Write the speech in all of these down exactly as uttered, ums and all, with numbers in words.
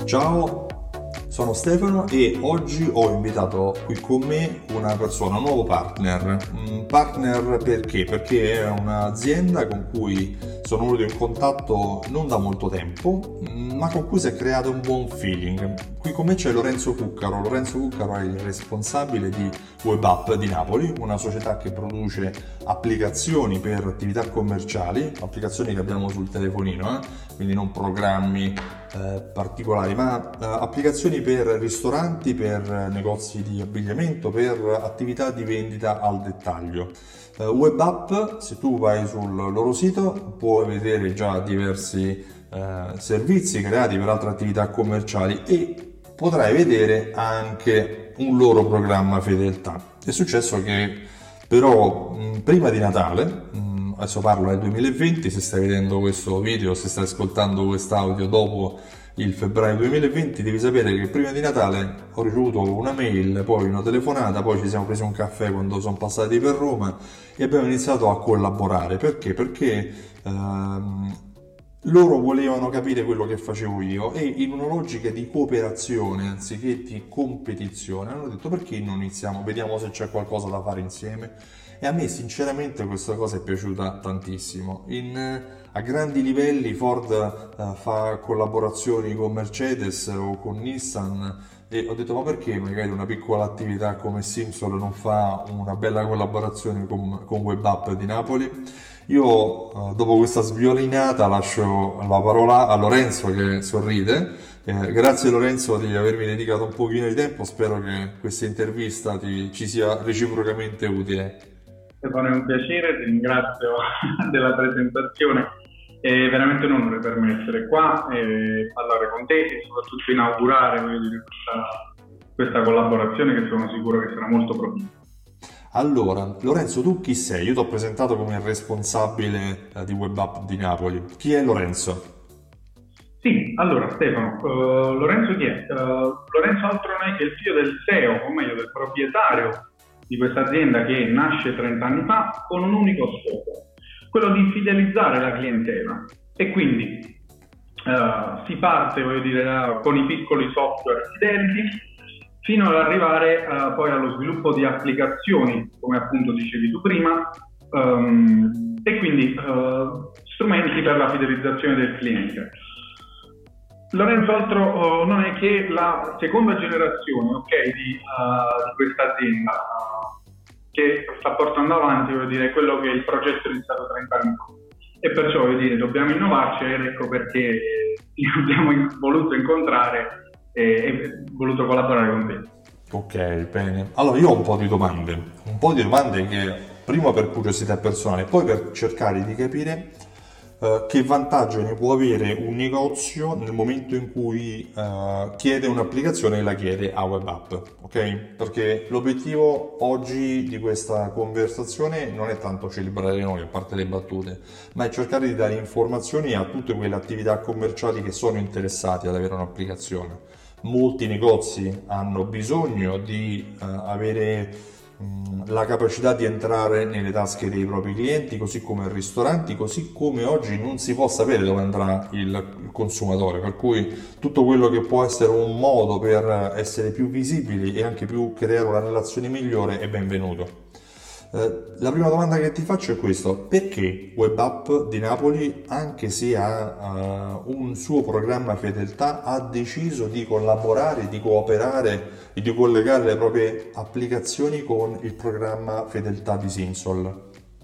Ciao, sono Stefano e oggi ho invitato qui con me una persona, un nuovo partner. Un partner perché? Perché è un'azienda con cui sono venuto in contatto non da molto tempo, ma con cui si è creato un buon feeling. Qui con me c'è Lorenzo Cuccaro. Lorenzo Cuccaro è il responsabile di WebApp di Napoli, una società che produce applicazioni per attività commerciali, applicazioni che abbiamo sul telefonino, eh? Quindi non programmi eh, particolari, ma eh, applicazioni per ristoranti, per negozi di abbigliamento, per attività di vendita al dettaglio. Uh, WebApp, se tu vai sul loro sito, puoi vedere già diversi uh, servizi creati per altre attività commerciali e potrai vedere anche un loro programma fedeltà. È successo che però mh, prima di Natale, mh, adesso parlo del duemilaventi, se stai vedendo questo video, se stai ascoltando quest'audio dopo il febbraio duemilaventi, devi sapere che prima di Natale ho ricevuto una mail, poi una telefonata, poi ci siamo presi un caffè quando sono passati per Roma e abbiamo iniziato a collaborare. Perché? Perché ehm, loro volevano capire quello che facevo io e in una logica di cooperazione anziché di competizione hanno detto: perché non iniziamo, vediamo se c'è qualcosa da fare insieme. E a me sinceramente questa cosa è piaciuta tantissimo. In, a grandi livelli Ford uh, fa collaborazioni con Mercedes o con Nissan e ho detto: ma perché magari una piccola attività come Simsol non fa una bella collaborazione con, con WebApp di Napoli? Io uh, dopo questa sviolinata lascio la parola a Lorenzo che sorride. Eh, grazie Lorenzo di avermi dedicato un pochino di tempo, spero che questa intervista ti, ci sia reciprocamente utile. Stefano, è un piacere, ti ringrazio della presentazione, è veramente un onore per me essere qua e parlare con te e soprattutto inaugurare voglio dire, questa, questa collaborazione che sono sicuro che sarà molto proficua. Allora, Lorenzo, tu chi sei? Io ti ho presentato come il responsabile eh, di WebApp di Napoli. Chi è Lorenzo? Sì, allora Stefano, uh, Lorenzo chi è? Uh, Lorenzo altro non è che il figlio del C E O, o meglio del proprietario di questa azienda che nasce trenta anni fa con un unico scopo, quello di fidelizzare la clientela. E quindi uh, si parte, voglio dire, uh, con i piccoli software fideli fino ad arrivare uh, poi allo sviluppo di applicazioni, come appunto dicevi tu prima, um, e quindi uh, strumenti per la fidelizzazione del cliente. Lorenzo altro uh, non è che la seconda generazione okay, di, uh, di questa azienda uh, che sta portando avanti voglio dire, quello che è il progetto iniziato trenta anni fa. E perciò voglio dire, dobbiamo innovarci ed ecco perché ti abbiamo voluto incontrare e, e voluto collaborare con te. Ok, bene. Allora io ho un po' di domande, un po' di domande che prima per curiosità personale, poi per cercare di capire Uh, che vantaggio ne può avere un negozio nel momento in cui uh, chiede un'applicazione e la chiede a WebApp, ok? Perché l'obiettivo oggi di questa conversazione non è tanto celebrare noi, a parte le battute, ma è cercare di dare informazioni a tutte quelle attività commerciali che sono interessati ad avere un'applicazione. Molti negozi hanno bisogno di uh, avere la capacità di entrare nelle tasche dei propri clienti, così come ristoranti, così come oggi non si può sapere dove andrà il, il consumatore, per cui tutto quello che può essere un modo per essere più visibili e anche più creare una relazione migliore è benvenuto. Eh, la prima domanda che ti faccio è questa: perché WebApp di Napoli, anche se ha uh, un suo programma fedeltà, ha deciso di collaborare, di cooperare e di collegare le proprie applicazioni con il programma fedeltà di Simsol?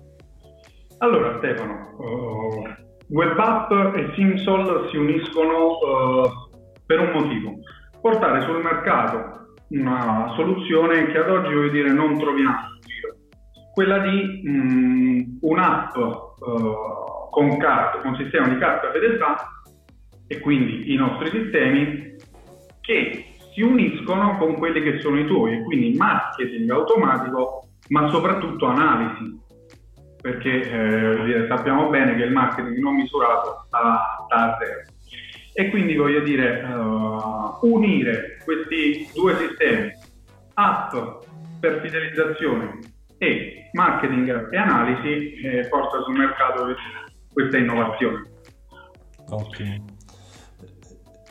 Allora Stefano, uh, WebApp e Simsol si uniscono uh, per un motivo: portare sul mercato una soluzione che ad oggi voglio dire non troviamo in giro, quella di mh, un'app uh, con, carta, con sistema di carta fedeltà e quindi i nostri sistemi che si uniscono con quelli che sono i tuoi, e quindi marketing automatico ma soprattutto analisi, perché eh, sappiamo bene che il marketing non misurato sta, sta a zero. E quindi voglio dire uh, unire questi due sistemi, app per fidelizzazione e marketing e analisi, eh, porta sul mercato questa innovazione. Ok.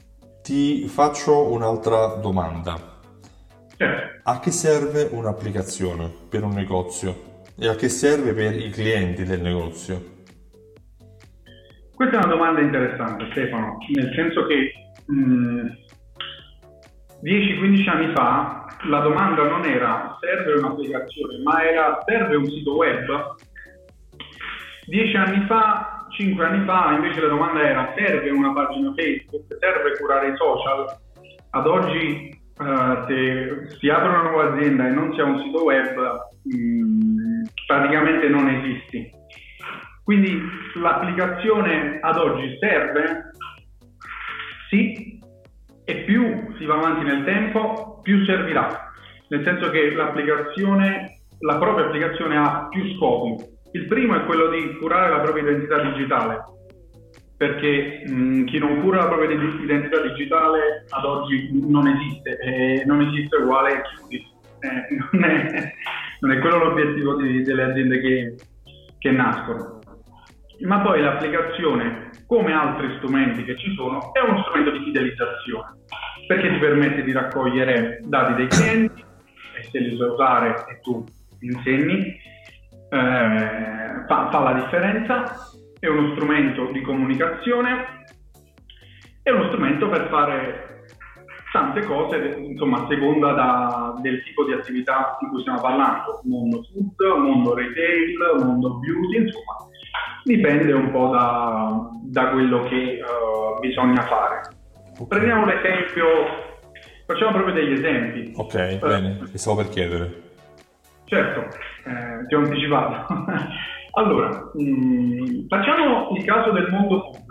Ti faccio un'altra domanda. Certo. A che serve un'applicazione per un negozio e a che serve per i clienti del negozio? Questa è una domanda interessante, Stefano, nel senso che mh, dieci quindici anni fa la domanda non era serve un'applicazione, ma era serve un sito web. dieci anni fa, cinque anni fa, invece la domanda era serve una pagina Facebook, serve curare i social. Ad oggi uh, se si apre una nuova azienda e non si ha un sito web, mh, praticamente non esisti. Quindi l'applicazione ad oggi serve? Sì, e più si va avanti nel tempo, più servirà. Nel senso che l'applicazione, la propria applicazione ha più scopi. Il primo è quello di curare la propria identità digitale, perché mh, chi non cura la propria identità digitale ad oggi non esiste, e non esiste uguale chiudi. Eh, non, è, non è quello l'obiettivo di, delle aziende che, che nascono. Ma poi l'applicazione, come altri strumenti che ci sono, è uno strumento di fidelizzazione, perché ti permette di raccogliere dati dei clienti e se li sai usare e tu insegni, eh, fa, fa la differenza. È uno strumento di comunicazione, è uno strumento per fare tante cose, insomma, a seconda da, del tipo di attività di cui stiamo parlando, mondo food, mondo retail, mondo beauty, insomma, dipende un po' da, da quello che uh, bisogna fare. Okay. Prendiamo l'esempio, facciamo proprio degli esempi. Ok, eh, bene, ti stavo per chiedere. Certo, eh, ti ho anticipato. Allora, mh, facciamo il caso del mondo food.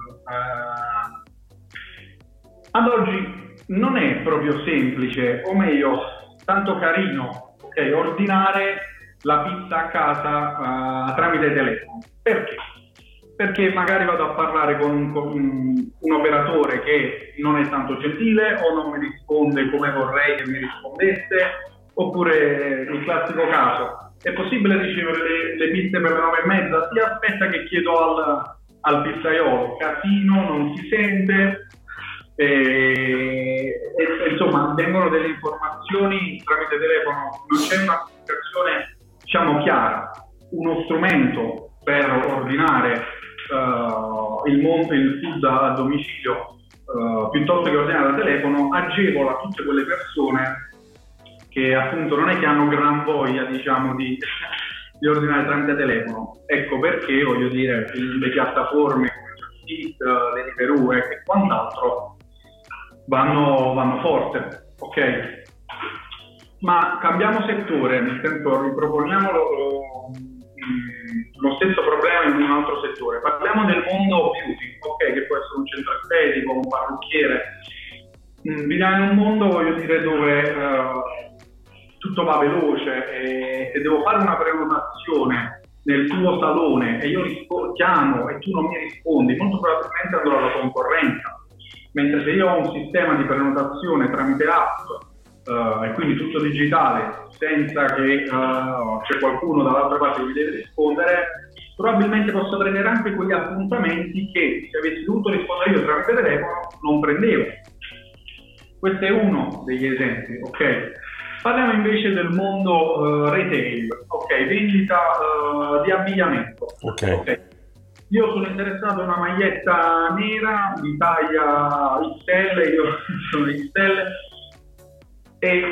Eh, ad oggi non è proprio semplice, o meglio, tanto carino, ok, ordinare la pizza a casa uh, tramite telefono. Perché? Perché magari vado a parlare con un, con un operatore che non è tanto gentile o non mi risponde come vorrei che mi rispondesse, oppure il classico caso, è possibile ricevere le, le pizze per le nove e mezza? Sì, aspetta che chiedo al, al pizzaiolo, casino, non si sente, e, e, insomma vengono delle informazioni tramite telefono, non c'è una comunicazione diciamo chiara, uno strumento per ordinare uh, il, monte, il food a domicilio uh, piuttosto che ordinare da telefono agevola tutte quelle persone che appunto non è che hanno gran voglia diciamo di, di ordinare tramite telefono. Ecco perché voglio dire le piattaforme come Just Eat, Deliveroo e quant'altro vanno, vanno forte, ok? Ma cambiamo settore, nel senso riproponiamo lo, lo stesso problema in un altro settore. Parliamo del mondo beauty, ok? Che può essere un centro estetico, un parrucchiere. Viviamo in un mondo, voglio dire, dove uh, tutto va veloce e se devo fare una prenotazione nel tuo salone e io rispo- chiamo e tu non mi rispondi, molto probabilmente andrò alla concorrenza. Mentre se io ho un sistema di prenotazione tramite app uh, e quindi tutto digitale, senza che uh, c'è qualcuno dall'altra parte che mi deve rispondere, probabilmente posso prendere anche quegli appuntamenti che se avessi dovuto rispondere io tramite telefono non prendevo. Questo è uno degli esempi, ok? Parliamo invece del mondo uh, retail, ok, vendita uh, di abbigliamento. Okay. ok. Io sono interessato a una maglietta nera di taglia X L, io sono X L, e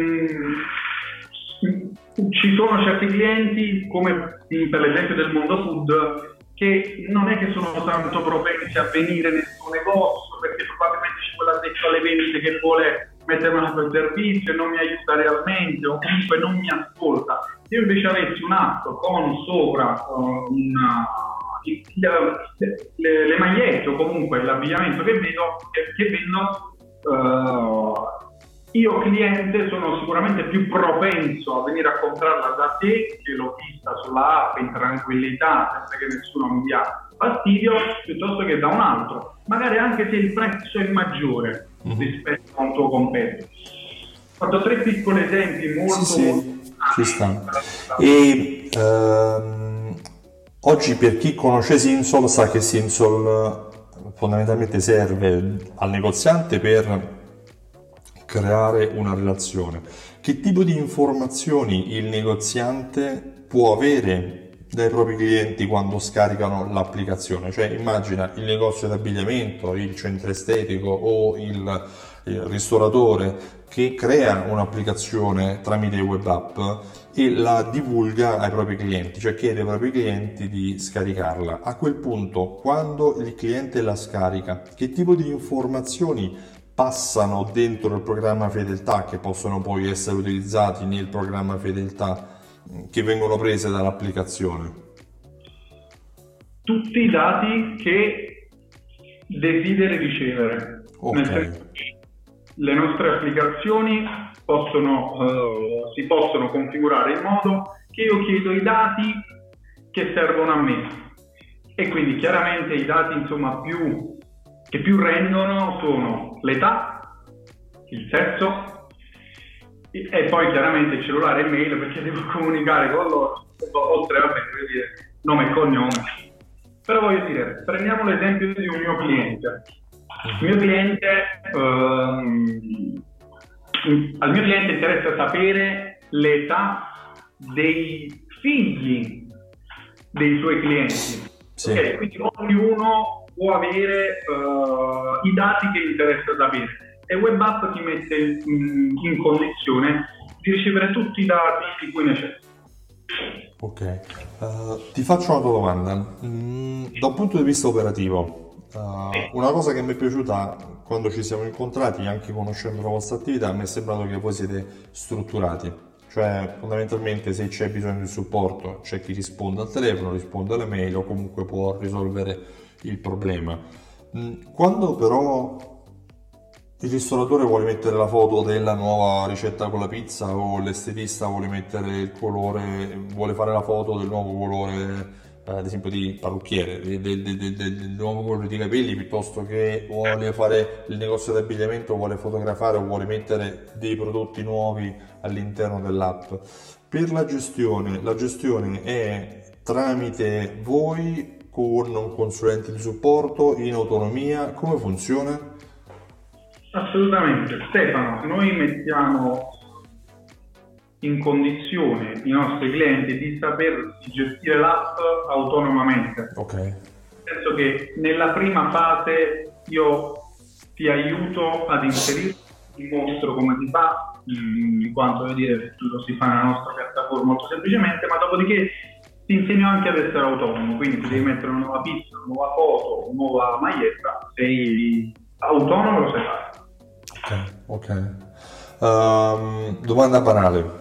mh, ci sono certi clienti, come per l'esempio del mondo food, che non è che sono tanto propensi a venire nel suo negozio, perché probabilmente c'è quell'addetto alle vendite che vuole mettermela per servizio e non mi aiuta realmente o comunque non mi ascolta. Se io invece avessi un'app con sopra uh, una, le, le, le magliette o comunque l'abbigliamento che vedo, che, che vendo, uh, io cliente sono sicuramente più propenso a venire a comprarla da te, che l'ho vista sulla app in tranquillità senza che nessuno mi dia fastidio, piuttosto che da un altro, magari anche se il prezzo è maggiore rispetto a un tuo competitor. Ho fatto tre piccoli esempi molto sì, sì, ci stanno. E ehm, oggi per chi conosce Simsol sa che Simsol fondamentalmente serve al negoziante per creare una relazione. Che tipo di informazioni il negoziante può avere dai propri clienti quando scaricano l'applicazione? Cioè immagina il negozio d'abbigliamento, il centro estetico o il, il ristoratore che crea un'applicazione tramite web app e la divulga ai propri clienti, cioè chiede ai propri clienti di scaricarla. A quel punto, quando il cliente la scarica, che tipo di informazioni passano dentro il programma fedeltà che possono poi essere utilizzati nel programma fedeltà che vengono prese dall'applicazione? Tutti i dati che desideri ricevere. Ok. Nel senso che le nostre applicazioni possono, uh, si possono configurare in modo che io chiedo i dati che servono a me, e quindi chiaramente i dati insomma più che più rendono sono l'età, il sesso e poi chiaramente il cellulare e mail, perché devo comunicare con loro, oltre a dire nome e cognome. Però voglio dire, prendiamo l'esempio di un mio cliente. Il mio cliente, ehm, al mio cliente interessa sapere l'età dei figli dei suoi clienti. Sì. Okay, quindi ognuno può avere uh, i dati che interessa sapere, e WebApp ti mette in, in condizione di ricevere tutti i dati di cui necessita. Ok, uh, ti faccio una tua domanda. Mm, da un punto di vista operativo, uh, una cosa che mi è piaciuta quando ci siamo incontrati, anche conoscendo la vostra attività, mi è sembrato che voi siete strutturati, cioè fondamentalmente se c'è bisogno di supporto c'è chi risponde al telefono, risponde alle mail o comunque può risolvere il problema. Quando però il ristoratore vuole mettere la foto della nuova ricetta con la pizza o l'estetista vuole mettere il colore, vuole fare la foto del nuovo colore, eh, ad esempio di parrucchiere, del, del, del, del nuovo colore di capelli, piuttosto che vuole fare il negozio d'abbigliamento, vuole fotografare o vuole mettere dei prodotti nuovi all'interno dell'app, per la gestione, la gestione è tramite voi con un consulente di supporto in autonomia, come funziona? Assolutamente, Stefano, noi mettiamo in condizione i nostri clienti di saper gestire l'app autonomamente. Ok. Nel senso che nella prima fase io ti aiuto ad inserire, ti mostro come si fa, in quanto vuol dire lo si fa nella nostra piattaforma molto semplicemente, ma dopodiché ti insegno anche ad essere autonomo, quindi ti devi mettere una nuova pizza, una nuova foto, una nuova maglietta, sei autonomo, lo sai fare. Ok, ok. Um, domanda banale.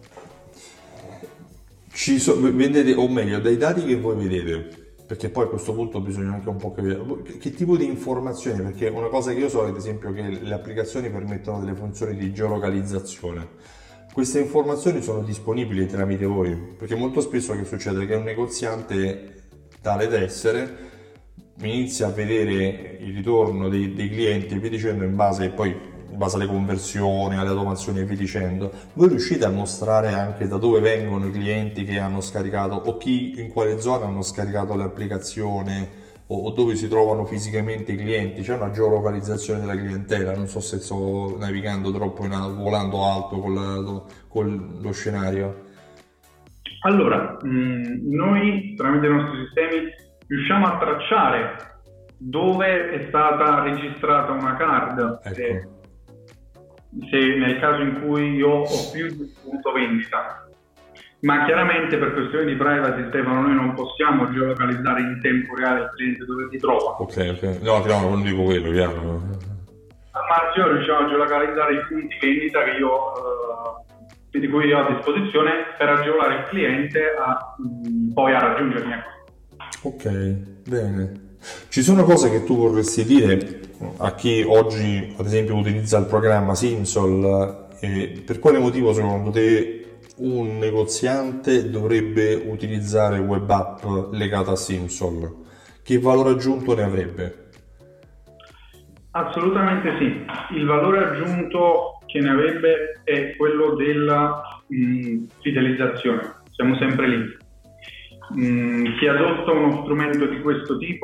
Ci so, vendete, o meglio, dai dati che voi vedete, perché poi a questo punto bisogna anche un po' capire che, che tipo di informazioni, perché una cosa che io so ad esempio è che le applicazioni permettono delle funzioni di geolocalizzazione. Queste informazioni sono disponibili tramite voi, perché molto spesso che succede che un negoziante tale da essere inizia a vedere il ritorno dei, dei clienti e via dicendo, in base poi in base alle conversioni, alle automazioni e via dicendo. Voi riuscite a mostrare anche da dove vengono i clienti che hanno scaricato o chi, in quale zona hanno scaricato l'applicazione o, o dove si trovano fisicamente i clienti? C'è una geolocalizzazione della clientela? Non so se sto navigando troppo in alto, volando alto con, con lo scenario. Allora, mh, noi tramite i nostri sistemi riusciamo a tracciare dove è stata registrata una card. Ecco. Se, se nel caso in cui io ho più di un punto vendita, ma chiaramente per questioni di privacy, Stefano, noi non possiamo geolocalizzare in tempo reale il cliente dove si trova. Ok, ok, no, no, non dico quello, chiaro. Al massimo riusciamo a geolocalizzare i punti vendita che io eh, di cui io ho a disposizione per agevolare il cliente a mh, poi a raggiungermi. Ok, bene. Ci sono cose che tu vorresti dire a chi oggi, ad esempio, utilizza il programma Simsol, e per quale motivo secondo te un negoziante dovrebbe utilizzare web app legata a Simsol? Che valore aggiunto ne avrebbe? Assolutamente sì. Il valore aggiunto che ne avrebbe è quello della mh, fidelizzazione. Siamo sempre lì. Mm, chi adotta uno strumento di questo tipo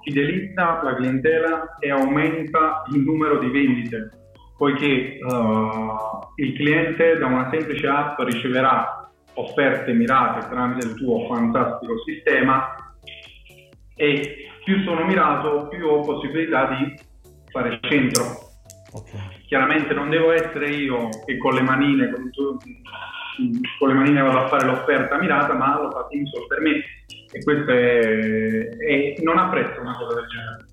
fidelizza la clientela e aumenta il numero di vendite, poiché uh, il cliente da una semplice app riceverà offerte mirate tramite il tuo fantastico sistema, e più sono mirato più ho possibilità di fare centro. Okay. Chiaramente non devo essere io che con le manine con, tu, con le manine vado a fare l'offerta mirata, ma lo fa Simsol per me, e questo è, è non apprezzo una cosa del genere.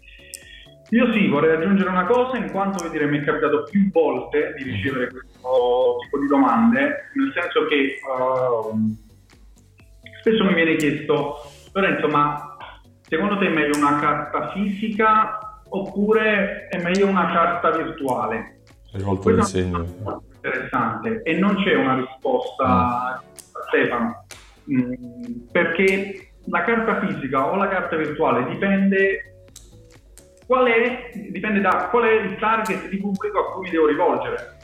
Io sì, vorrei aggiungere una cosa, in quanto voglio dire, mi è capitato più volte di ricevere questo tipo di domande, nel senso che uh, spesso mi viene chiesto: Lorenzo, ma secondo te è meglio una carta fisica oppure è meglio una carta virtuale? Rivolto al segno. Interessante, e non c'è una risposta, mm. Stefano, mm, perché la carta fisica o la carta virtuale dipende qual è, dipende da qual è il target di pubblico a cui mi devo rivolgere.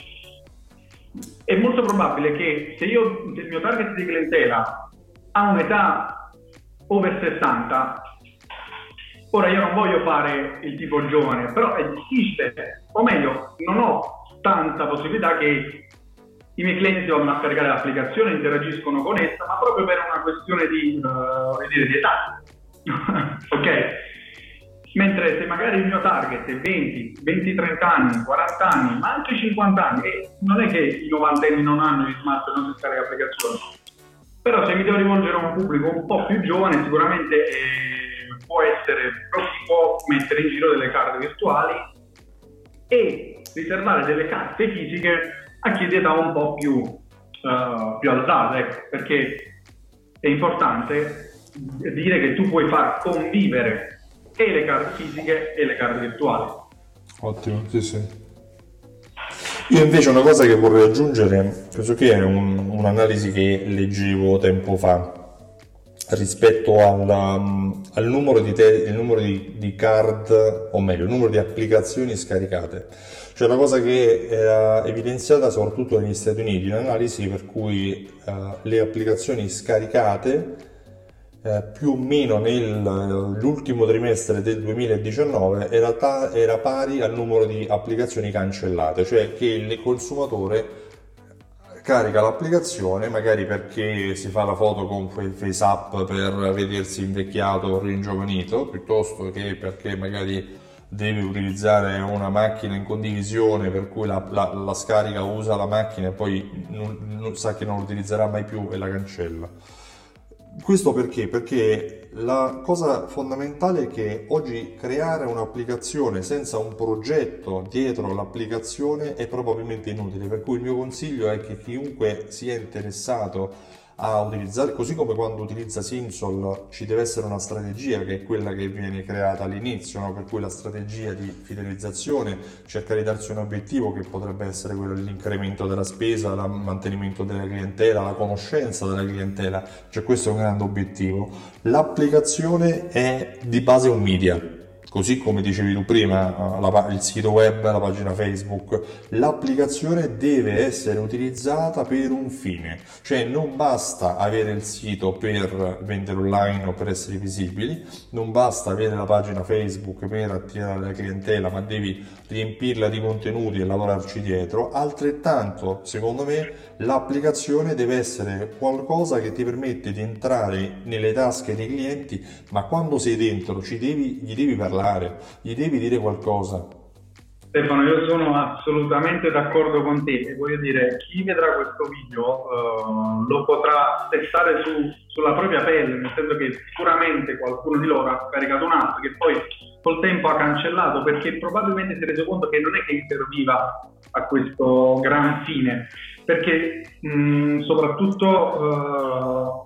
È molto probabile che se io se il mio target di clientela ha un'età over sessanta, ora io non voglio fare il tipo giovane, però è difficile, o meglio, non ho tanta possibilità che i miei clienti si vanno a caricare l'applicazione, interagiscono con essa, ma proprio per una questione di, uh, dire, di età. Ok? Mentre se magari il mio target è venti, venti trenta anni, quaranta anni, ma anche cinquanta anni, e non è che i novantenni non hanno gli smart e non si scarica l'applicazione, però se mi devo rivolgere a un pubblico un po' più giovane, sicuramente eh, può essere, si può mettere in giro delle carte virtuali e riservare delle carte fisiche a chi è di età un po' più, uh, più alzata, ecco, perché è importante dire che tu puoi far convivere e le carte fisiche e le carte virtuali. Ottimo, sì sì. Io invece una cosa che vorrei aggiungere, penso che è un, un'analisi che leggevo tempo fa rispetto alla, al numero di, te, il numero di, di card, o meglio il numero di applicazioni scaricate. C'è una cosa che era evidenziata soprattutto negli Stati Uniti, un'analisi per cui uh, le applicazioni scaricate Eh, più o meno nell'ultimo trimestre del duemiladiciannove era, ta- era pari al numero di applicazioni cancellate, cioè che il consumatore carica l'applicazione magari perché si fa la foto con quel face up per vedersi invecchiato o ringiovanito, piuttosto che perché magari deve utilizzare una macchina in condivisione per cui la, la, la scarica, usa la macchina e poi non, non sa che non utilizzerà mai più e la cancella. Questo perché? Perché la cosa fondamentale è che oggi creare un'applicazione senza un progetto dietro l'applicazione è probabilmente inutile, per cui il mio consiglio è che chiunque sia interessato a utilizzare, così come quando utilizza Simsol ci deve essere una strategia che è quella che viene creata all'inizio, no? Per cui la strategia di fidelizzazione, cercare di darsi un obiettivo che potrebbe essere quello dell'incremento della spesa, il mantenimento della clientela, la conoscenza della clientela, cioè questo è un grande obiettivo. L'applicazione è di base un media, così come dicevi tu prima, la, il sito web, la pagina Facebook. L'applicazione deve essere utilizzata per un fine, cioè non basta avere il sito per vendere online o per essere visibili, non basta avere la pagina Facebook per attirare la clientela, ma devi riempirla di contenuti e lavorarci dietro. Altrettanto, secondo me, l'applicazione deve essere qualcosa che ti permette di entrare nelle tasche dei clienti, ma quando sei dentro ci devi, gli devi parlare, gli devi dire qualcosa. Stefano, io sono assolutamente d'accordo con te, e voglio dire, chi vedrà questo video uh, lo potrà testare su, sulla propria pelle, nel senso che sicuramente qualcuno di loro ha scaricato un'app che poi col tempo ha cancellato perché probabilmente si è reso conto che non è che serviva a questo gran fine, perché mh, soprattutto uh,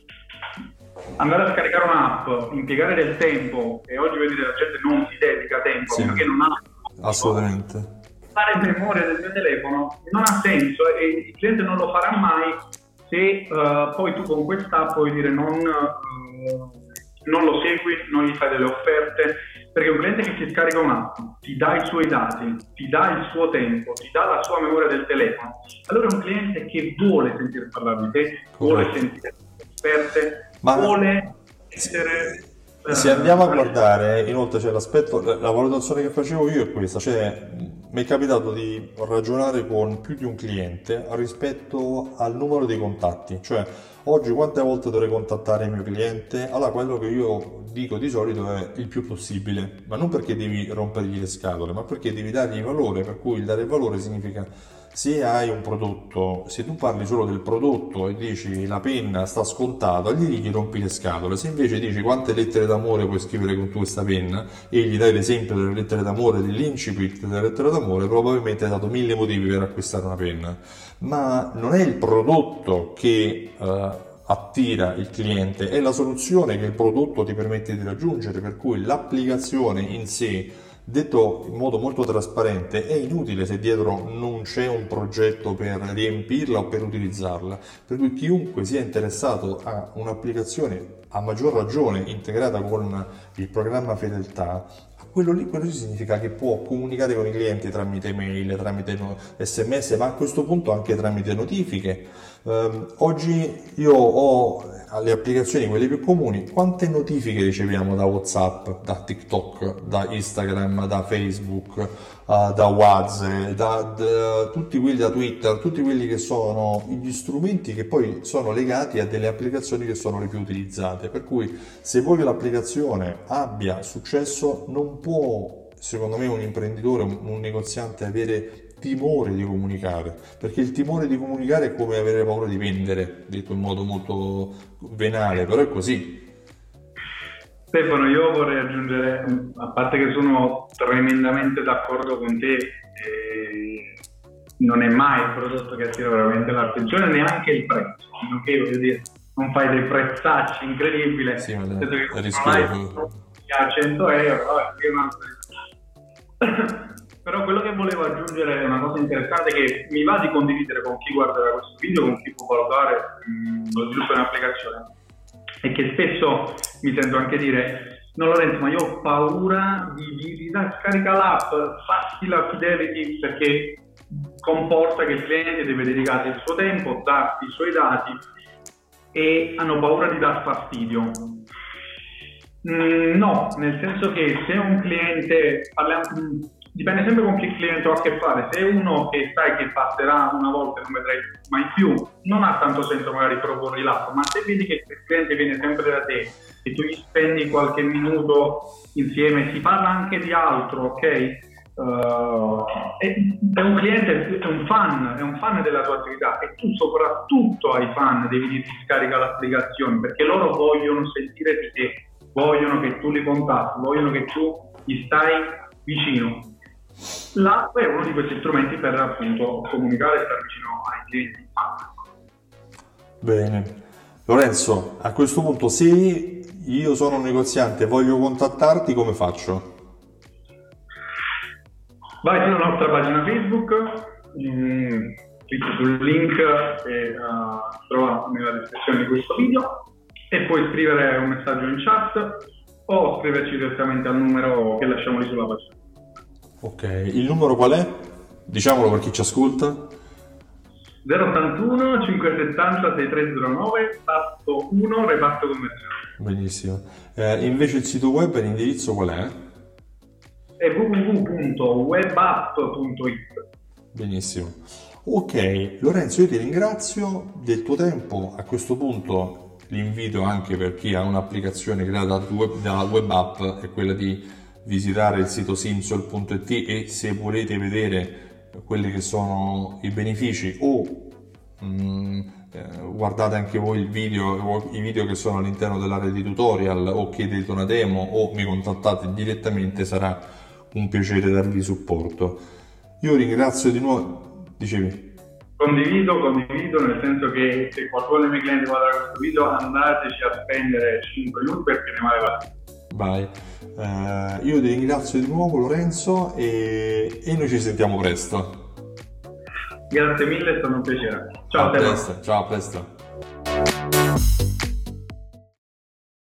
andare a scaricare un'app, impiegare del tempo, e oggi vedo che la gente non si dedica tempo, sì, perché non ha assolutamente fare memoria del mio telefono non ha senso, e il cliente non lo farà mai se uh, poi tu con quest'app puoi dire non, uh, non lo segui, non gli fai delle offerte, perché un cliente che si scarica un'app ti dà i suoi dati, ti dà il suo tempo, ti dà la sua memoria del telefono, allora è un cliente che vuole sentire parlare di te, vuole sentire offerte, ma vuole essere Se andiamo a guardare, inoltre c'è l'aspetto, la valutazione che facevo io è questa, cioè mi è capitato di ragionare con più di un cliente rispetto al numero dei contatti, cioè oggi quante volte dovrei contattare il mio cliente? Allora quello che io dico di solito è il più possibile, ma non perché devi rompergli le scatole, ma perché devi dargli valore, per cui il dare valore significa se hai un prodotto, se tu parli solo del prodotto e dici la penna sta scontata, gli, gli rompi le scatole. Se invece dici quante lettere d'amore puoi scrivere con tu questa penna e gli dai l'esempio delle lettere d'amore, dell'incipit delle lettere d'amore, probabilmente hai dato mille motivi per acquistare una penna. Ma non è il prodotto che uh, attira il cliente, è la soluzione che il prodotto ti permette di raggiungere, per cui l'applicazione in sé, detto in modo molto trasparente, è inutile se dietro non c'è un progetto per riempirla o per utilizzarla, per cui chiunque sia interessato a un'applicazione, a maggior ragione integrata con il programma Fedeltà, quello lì, quello lì significa che può comunicare con i clienti tramite mail, tramite sms, ma a questo punto anche tramite notifiche. Um, oggi io ho le applicazioni, quelle più comuni, quante notifiche riceviamo da WhatsApp, da TikTok, da Instagram, da Facebook, uh, da WhatsApp, da, da tutti quelli, da Twitter, tutti quelli che sono gli strumenti che poi sono legati a delle applicazioni che sono le più utilizzate, per cui se vuoi che l'applicazione abbia successo non può, secondo me, un imprenditore, un, un negoziante avere timore di comunicare, perché il timore di comunicare è come avere paura di vendere, detto in modo molto venale, però è così. Stefano, io vorrei aggiungere, a parte che sono tremendamente d'accordo con te, eh, non è mai il prodotto che attira veramente l'attenzione, neanche il prezzo, che voglio dire, non fai dei prezzacci incredibili, sì, ma che è rischioso. A cento euro, però quello che volevo aggiungere è una cosa interessante che mi va di condividere con chi guarderà questo video, con chi può valutare mh, lo sviluppo di un'applicazione, è che spesso mi sento anche dire: no Lorenzo, ma io ho paura di, di, di da, scarica l'app, fatti la fidelity, perché comporta che il cliente deve dedicarsi il suo tempo, darti i suoi dati e hanno paura di dar fastidio. Mm, no, nel senso che se un cliente, parliamo, dipende sempre con chi cliente ho a che fare. Se è uno che sai che passerà una volta e non vedrai mai più, non ha tanto senso magari proporre l'app, ma se vedi che il cliente viene sempre da te e tu gli spendi qualche minuto insieme, si parla anche di altro, ok? Uh, è, è un cliente, è un fan, è un fan della tua attività, e tu soprattutto ai fan devi dirti scarica l'applicazione, perché loro vogliono sentire di te, vogliono che tu li contatti, vogliono che tu gli stai vicino. L'app è uno di questi strumenti per appunto comunicare e stare vicino ai clienti. Bene, Lorenzo, a questo punto se io sono un negoziante e voglio contattarti, come faccio? Vai sulla nostra pagina Facebook, mh, clicchi sul link che uh, trova nella descrizione di questo video e puoi scrivere un messaggio in chat o scriverci direttamente al numero che lasciamo lì sulla pagina. Ok, il numero qual è? Diciamolo per chi ci ascolta. zero ottantuno cinquecentosettanta sessantatré zero nove, tasto uno, reparto commerciale. Benissimo. Eh, invece il sito web e l'indirizzo qual è? È w w w punto webapp punto it. Benissimo. Ok, Lorenzo, io ti ringrazio del tuo tempo. A questo punto l'invito anche per chi ha un'applicazione creata dalla web app è quella di visitare il sito simsol punto it e se volete vedere quelli che sono i benefici o mh, eh, guardate anche voi il video, i video che sono all'interno dell'area di tutorial, o chiedete una demo o mi contattate direttamente, sarà un piacere darvi supporto. Io ringrazio di nuovo. Dicevi? Condivido, condivido, nel senso che se qualcuno dei miei clienti guarda questo video, andateci a spendere cinque minuti perché ne vale la pena. Vai. Uh, io ti ringrazio di nuovo, Lorenzo, e, e noi ci sentiamo presto. Grazie mille, è stato un piacere. Ciao, a presto. Ciao, a presto.